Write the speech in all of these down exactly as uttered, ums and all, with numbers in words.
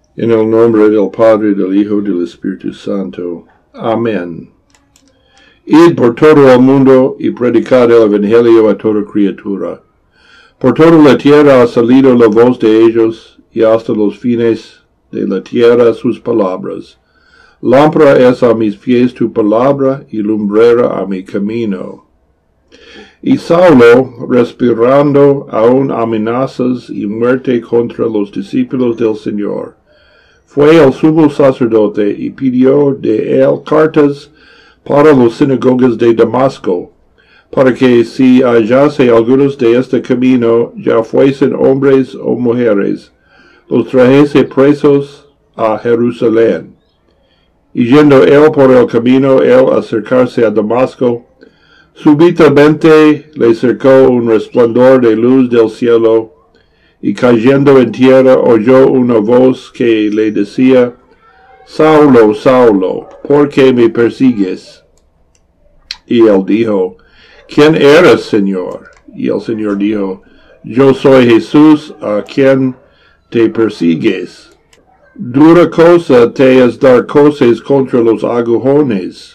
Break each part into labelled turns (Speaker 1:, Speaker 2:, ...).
Speaker 1: En el nombre del Padre, del Hijo, del Espíritu Santo. Amén. Id por todo el mundo y predicad el Evangelio a toda criatura. Por toda la tierra ha salido la voz de ellos, y hasta los fines de la tierra sus palabras. Lámpara es a mis pies tu palabra, y lumbrera a mi camino. Y Saulo, respirando aún amenazas y muerte contra los discípulos del Señor, fue al sumo sacerdote y pidió de él cartas para las sinagogas de Damasco, para que si hallase algunos de este camino, ya fuesen hombres o mujeres, los trajese presos a Jerusalén. Y yendo él por el camino, él acercarse a Damasco, súbitamente le cercó un resplandor de luz del cielo, y cayendo en tierra oyó una voz que le decía, Saulo, Saulo, ¿por qué me persigues? Y él dijo, ¿quién eres, Señor? Y el Señor dijo, yo soy Jesús, a quien te persigues. Dura cosa te es dar coces contra los agujones.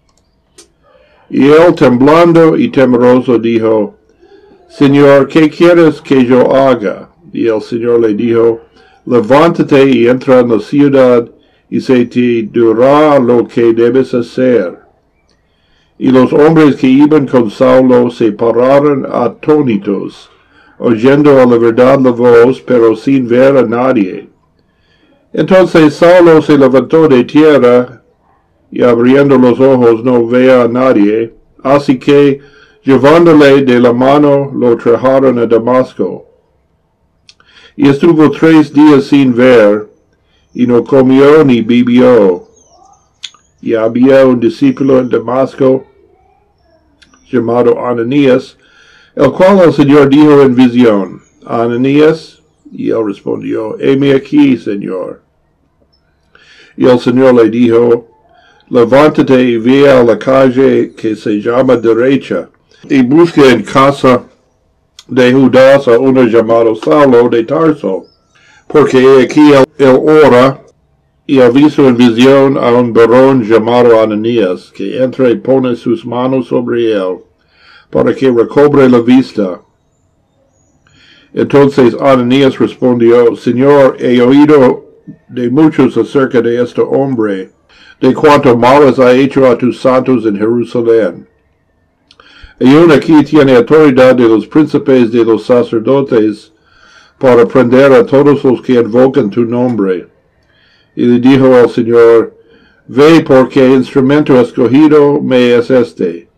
Speaker 1: Y él, temblando y temeroso, dijo, Señor, ¿qué quieres que yo haga? Y el Señor le dijo, levántate y entra en la ciudad, y se te dirá lo que debes hacer. Y los hombres que iban con Saulo se pararon atónitos, oyendo a la verdad la voz, pero sin ver a nadie. Entonces Saulo se levantó de tierra, y abriendo los ojos no veía a nadie, así que, llevándole de la mano, lo trajeron a Damasco. Y estuvo tres días sin ver, y no comió ni bebió. Y había un discípulo en Damasco, llamado Ananías, el cual el Señor dijo en visión, Ananías, y él respondió, heme aquí, Señor. Y el Señor le dijo, levántate y ve a la calle que se llama derecha, y busque en casa de Judas a uno llamado Saulo de Tarso, porque aquí él, él ora, y ha visto en visión a un varón llamado Ananías, que entra y pone sus manos sobre él, para que recobre la vista. Entonces Ananías respondió, Señor, he oído de muchos acerca de este hombre, de cuánto males ha hecho a tus santos en Jerusalén. Y aún aquí tiene autoridad de los príncipes de los sacerdotes para prender a todos los que invocan tu nombre. Y le dijo al Señor, ve porque instrumento escogido me es este,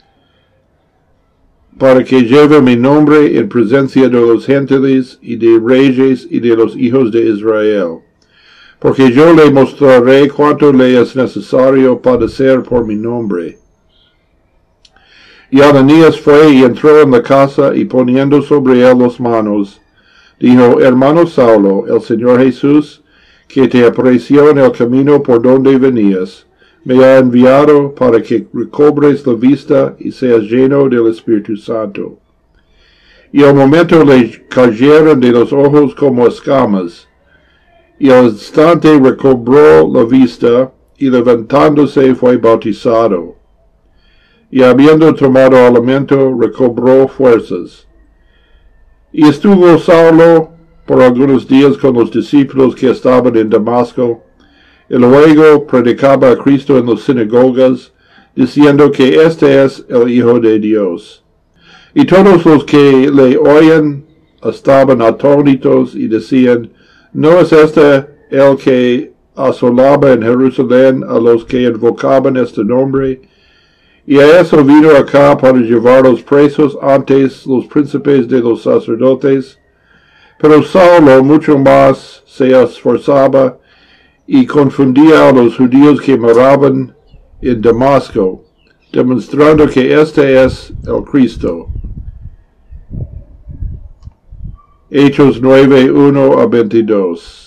Speaker 1: para que lleve mi nombre en presencia de los gentiles y de reyes y de los hijos de Israel. Porque yo le mostraré cuánto le es necesario padecer por mi nombre. Y Ananías fue y entró en la casa, y poniendo sobre él las manos, dijo, hermano Saulo, el Señor Jesús, que te apareció en el camino por donde venías, me ha enviado para que recobres la vista y seas lleno del Espíritu Santo. Y al momento le cayeron de los ojos como escamas, y al instante recobró la vista, y levantándose fue bautizado. Y habiendo tomado alimento, recobró fuerzas. Y estuvo Saulo por algunos días con los discípulos que estaban en Damasco, y luego predicaba a Cristo en las sinagogas, diciendo que este es el Hijo de Dios. Y todos los que le oían estaban atónitos y decían, ¿no es este el que asolaba en Jerusalén a los que invocaban este nombre? Y a eso vino acá para llevar los presos antes los príncipes de los sacerdotes. Pero Saulo mucho más se esforzaba y confundía a los judíos que moraban en Damasco, demostrando que este es el Cristo. Hechos nueve, uno a veintidós.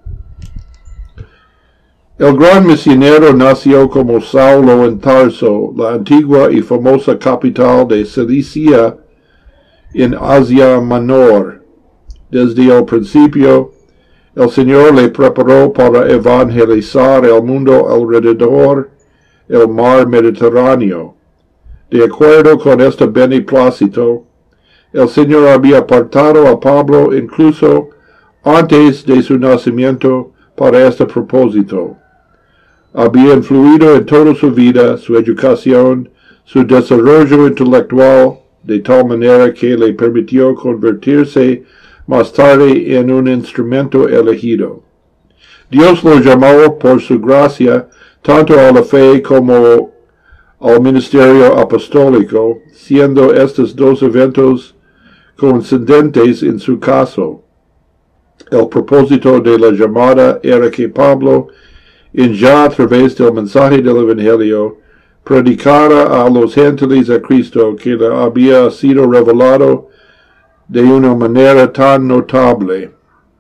Speaker 1: El gran misionero nació como Saulo en Tarso, la antigua y famosa capital de Cilicia en Asia Menor. Desde el principio, El Señor le preparó para evangelizar el mundo alrededor el mar Mediterráneo. De acuerdo con este beneplácito, el Señor había apartado a Pablo incluso antes de su nacimiento para este propósito. Había influido en toda su vida, su educación, su desarrollo intelectual, de tal manera que le permitió convertirse más tarde en un instrumento elegido. Dios lo llamó por su gracia tanto a la fe como al ministerio apostólico, siendo estos dos eventos coincidentes en su caso. El propósito de la llamada era que Pablo, en ya a través del mensaje del Evangelio, predicara a los gentiles a Cristo que le había sido revelado de una manera tan notable.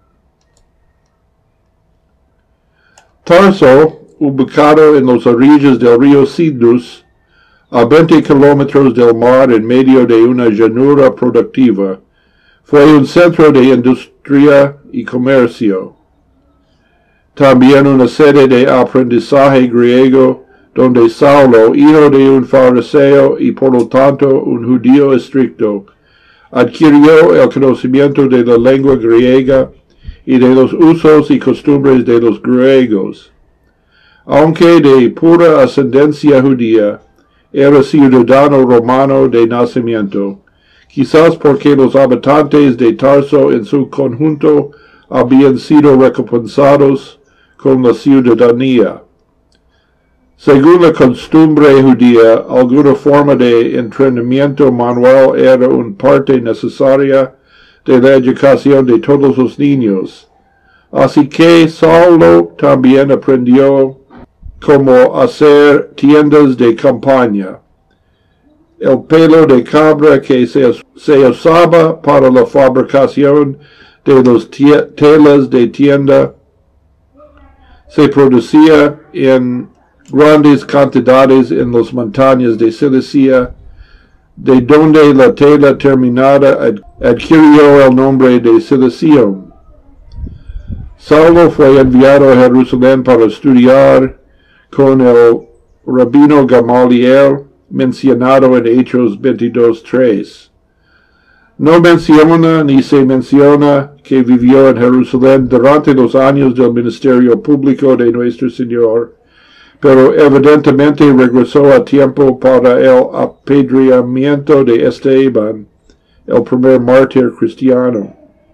Speaker 1: Tarso, ubicado en las orillas del río Cydnus, a veinte kilómetros del mar en medio de una llanura productiva, fue un centro de industria y comercio. También una sede de aprendizaje griego, donde Saulo, hijo de un fariseo y por lo tanto un judío estricto, adquirió el conocimiento de la lengua griega y de los usos y costumbres de los griegos. Aunque de pura ascendencia judía, era ciudadano romano de nacimiento, quizás porque los habitantes de Tarso en su conjunto habían sido recompensados con la ciudadanía. Según la costumbre judía, alguna forma de entrenamiento manual era una parte necesaria de la educación de todos los niños. Así que Saulo también aprendió cómo hacer tiendas de campaña. El pelo de cabra que se, se usaba para la fabricación de las telas de tienda se producía en grandes cantidades en las montañas de Cilicia, de donde la tela terminada ad adquirió el nombre de Cilicium. Saulo fue enviado a Jerusalén para estudiar con el rabino Gamaliel, mencionado en Hechos veintidós tres. No menciona ni se menciona que vivió en Jerusalén durante los años del ministerio público de nuestro Señor, pero evidentemente regresó a tiempo para el apedreamiento de Esteban, el primer mártir cristiano.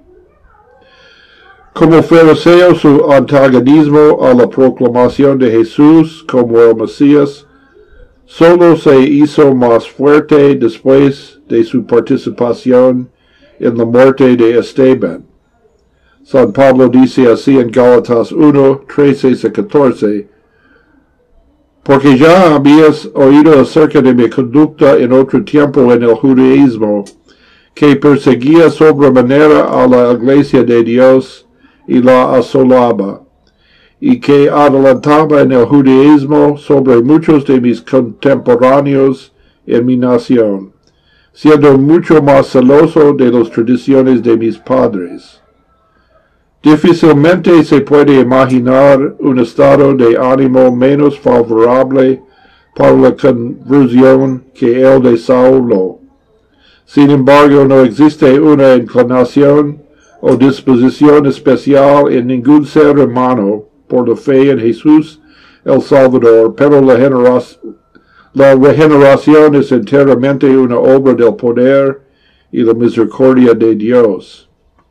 Speaker 1: Como fariseo, su antagonismo a la proclamación de Jesús como el Mesías solo se hizo más fuerte después de su participación en la muerte de Esteban. San Pablo dice así en Gálatas uno, trece a catorce, porque ya habías oído acerca de mi conducta en otro tiempo en el judaísmo, que perseguía sobremanera a la iglesia de Dios y la asolaba, y que adelantaba en el judaísmo sobre muchos de mis contemporáneos en mi nación, siendo mucho más celoso de las tradiciones de mis padres. Difícilmente se puede imaginar un estado de ánimo menos favorable para la conversión que el de Saulo. Sin embargo, no existe una inclinación o disposición especial en ningún ser humano por la fe en Jesús el Salvador, pero la, la regeneración es enteramente una obra del poder y la misericordia de Dios.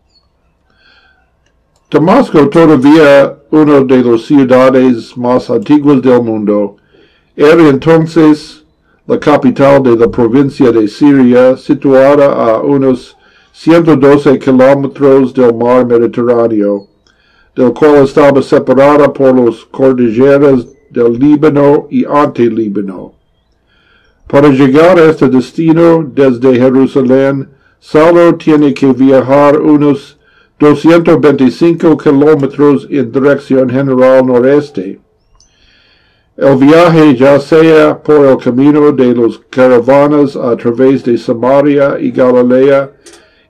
Speaker 1: Damasco, todavía una de las ciudades más antiguas del mundo, era entonces la capital de la provincia de Siria, situada a unos ciento doce kilómetros del mar Mediterráneo, del cual estaba separada por las cordilleras del Líbano y Antilíbano. Para llegar a este destino desde Jerusalén, Saulo tiene que viajar unos doscientos veinticinco kilómetros en dirección general noreste. El viaje, ya sea por el camino de las caravanas a través de Samaria y Galilea,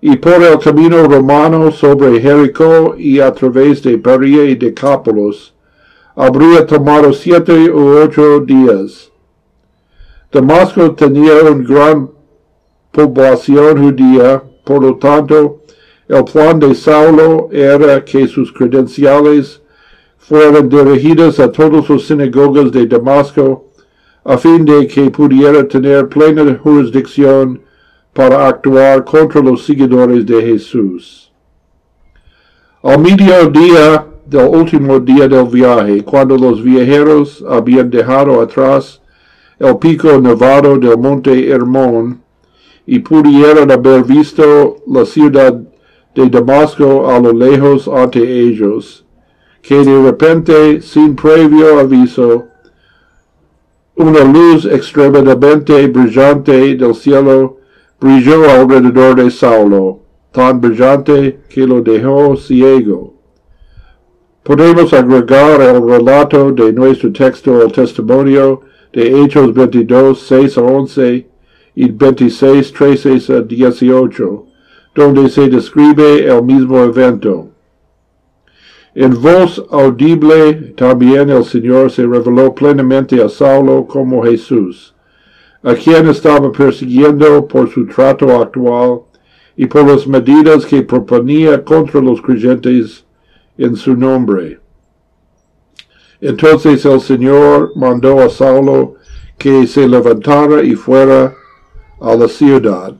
Speaker 1: y por el camino romano sobre Jericó y a través de Perea y Decápolis, habría tomado siete u ocho días. Damasco tenía una gran población judía, por lo tanto, el plan de Saulo era que sus credenciales fueran dirigidas a todas las sinagogas de Damasco, a fin de que pudiera tener plena jurisdicción para actuar contra los seguidores de Jesús. Al mediodía del último día del viaje, cuando los viajeros habían dejado atrás el pico nevado del monte Hermón y pudieron haber visto la ciudad de Damasco a lo lejos ante ellos, que de repente, sin previo aviso, una luz extremadamente brillante del cielo brilló alrededor de Saulo, tan brillante que lo dejó ciego. Podemos agregar el relato de nuestro texto al testimonio de Hechos veintidós, seis a once y veintiséis, trece a dieciocho, donde se describe el mismo evento. En voz audible también el Señor se reveló plenamente a Saulo como Jesús, a quien estaba persiguiendo por su trato actual y por las medidas que proponía contra los creyentes en su nombre. Entonces el Señor mandó a Saulo que se levantara y fuera a la ciudad.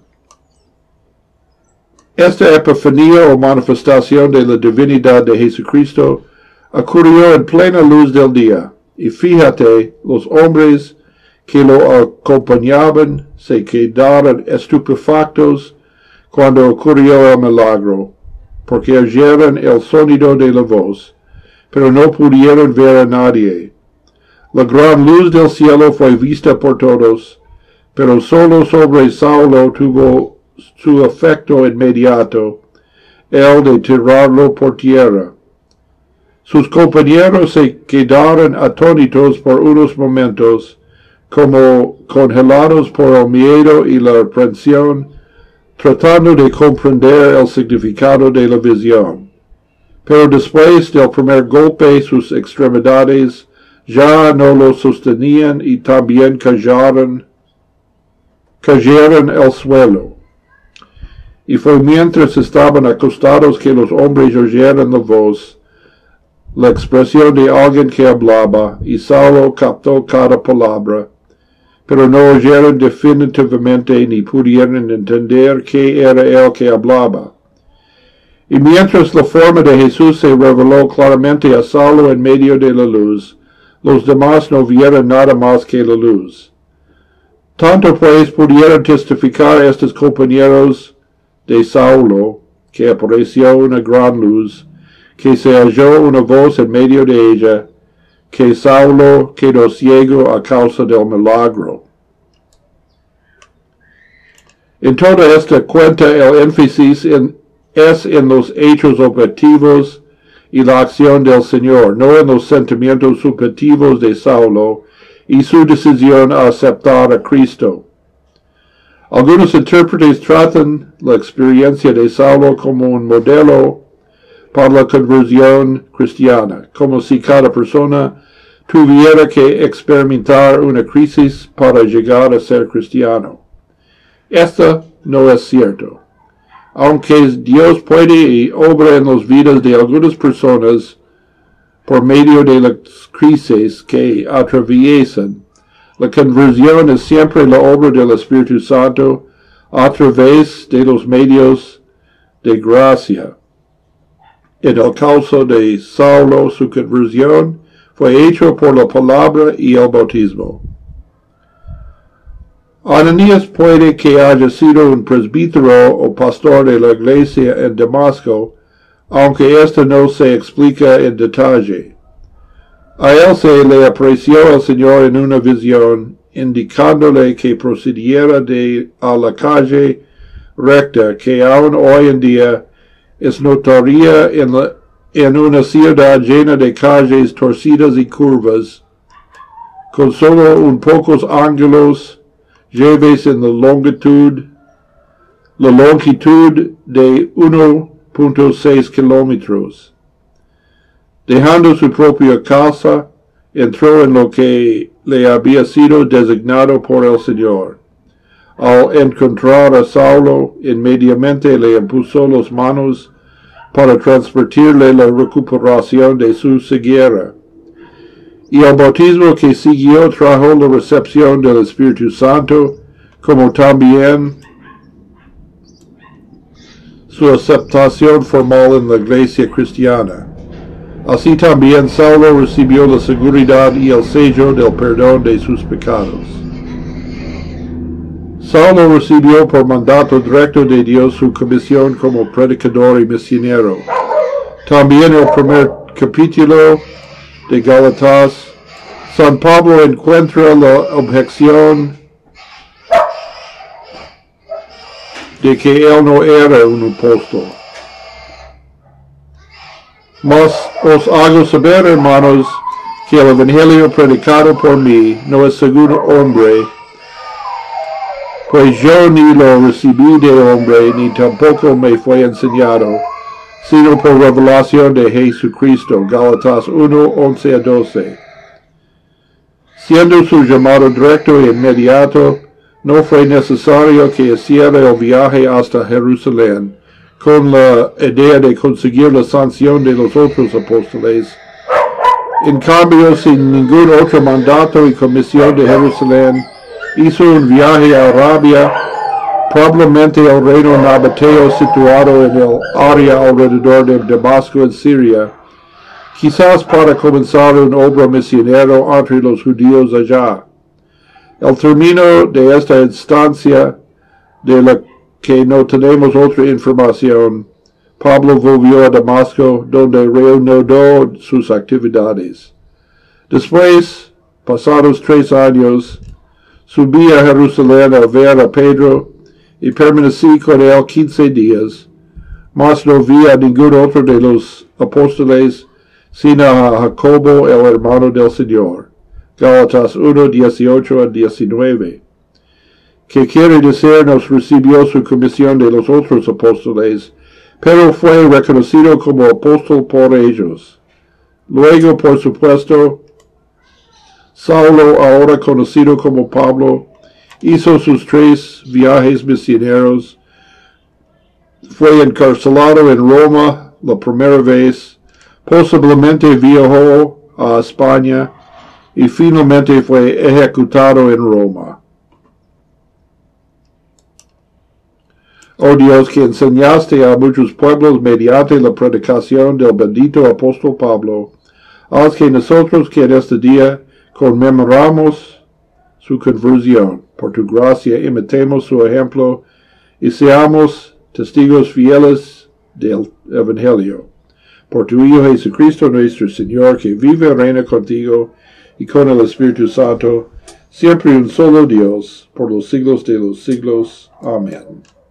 Speaker 1: Esta epifanía o manifestación de la divinidad de Jesucristo ocurrió en plena luz del día, y fíjate, los hombres que lo acompañaban se quedaron estupefactos cuando ocurrió el milagro, porque oyeron el sonido de la voz, pero no pudieron ver a nadie. La gran luz del cielo fue vista por todos, pero solo sobre Saulo tuvo su efecto inmediato, el de tirarlo por tierra. Sus compañeros se quedaron atónitos por unos momentos, como congelados por el miedo y la aprensión, tratando de comprender el significado de la visión. Pero después del primer golpe sus extremidades ya no lo sostenían y también cayeron, cayeron al suelo. Y fue mientras estaban acostados que los hombres oyeron la voz, la expresión de alguien que hablaba, y Saulo captó cada palabra, pero no oyeron definitivamente ni pudieron entender qué era el que hablaba. Y mientras la forma de Jesús se reveló claramente a Saulo en medio de la luz, los demás no vieron nada más que la luz. Tanto pues pudieron testificar a estos compañeros de Saulo, que apareció una gran luz, que se oyó una voz en medio de ella, que Saulo quedó ciego a causa del milagro. En toda esta cuenta el énfasis en, es en los hechos objetivos y la acción del Señor, no en los sentimientos subjetivos de Saulo y su decisión a aceptar a Cristo. Algunos intérpretes tratan la experiencia de Saulo como un modelo para la conversión cristiana, como si cada persona tuviera que experimentar una crisis para llegar a ser cristiano. Esto no es cierto. Aunque Dios puede y obra en las vidas de algunas personas por medio de las crisis que atraviesan, la conversión es siempre la obra del Espíritu Santo a través de los medios de gracia. En el caso de Saulo, su conversión fue hecha por la palabra y el bautismo. Ananías puede que haya sido un presbítero o pastor de la iglesia en Damasco, aunque esto no se explica en detalle. A él se le apareció el Señor en una visión, indicándole que procediera de a la calle recta, que aún hoy en día es notoria en, la, en una ciudad llena de calles torcidas y curvas, con solo un pocos ángulos lleves en la longitud. la longitud de uno punto seis kilómetros. Dejando su propia casa, entró en lo que le había sido designado por el Señor. Al encontrar a Saulo, inmediatamente le impuso las manos para transmitirle la recuperación de su ceguera. Y el bautismo que siguió trajo la recepción del Espíritu Santo, como también su aceptación formal en la iglesia cristiana. Así también Saulo recibió la seguridad y el sello del perdón de sus pecados. Saulo recibió por mandato directo de Dios su comisión como predicador y misionero. También el primer capítulo de Gálatas, San Pablo encuentra la objeción de que él no era un apóstol. Mas os hago saber, hermanos, que el evangelio predicado por mí no es según hombre, pues yo ni lo recibí de hombre, ni tampoco me fue enseñado, sino por revelación de Jesucristo. Gálatas uno, once a doce. Siendo su llamado directo e inmediato, no fue necesario que hiciera el viaje hasta Jerusalén, con la idea de conseguir la sanción de los otros apóstoles. En cambio, sin ningún otro mandato y comisión de Jerusalén, hizo un viaje a Arabia, probablemente el reino nabateo situado en el área alrededor de Damasco en Siria, quizás para comenzar una obra misionera entre los judíos allá. El término de esta instancia, de la que no tenemos otra información, Pablo volvió a Damasco, donde reanudó sus actividades. Después, pasados tres años, subí a Jerusalén a ver a Pedro y permanecí con él quince días, mas no vi a ningún otro de los apóstoles, sino a Jacobo, el hermano del Señor. Gálatas uno, dieciocho a diecinueve. Que quiere decir, nos recibió su comisión de los otros apóstoles, pero fue reconocido como apóstol por ellos. Luego, por supuesto, Saulo, ahora conocido como Pablo, hizo sus tres viajes misioneros. Fue encarcelado en Roma la primera vez, posiblemente viajó a España y finalmente fue ejecutado en Roma. Oh Dios, que enseñaste a muchos pueblos mediante la predicación del bendito apóstol Pablo, haz que nosotros que en este día conmemoramos su conversión, por tu gracia imitemos su ejemplo y seamos testigos fieles del Evangelio. Por tu Hijo Jesucristo nuestro Señor, que vive y reina contigo y con el Espíritu Santo, siempre un solo Dios, por los siglos de los siglos. Amén.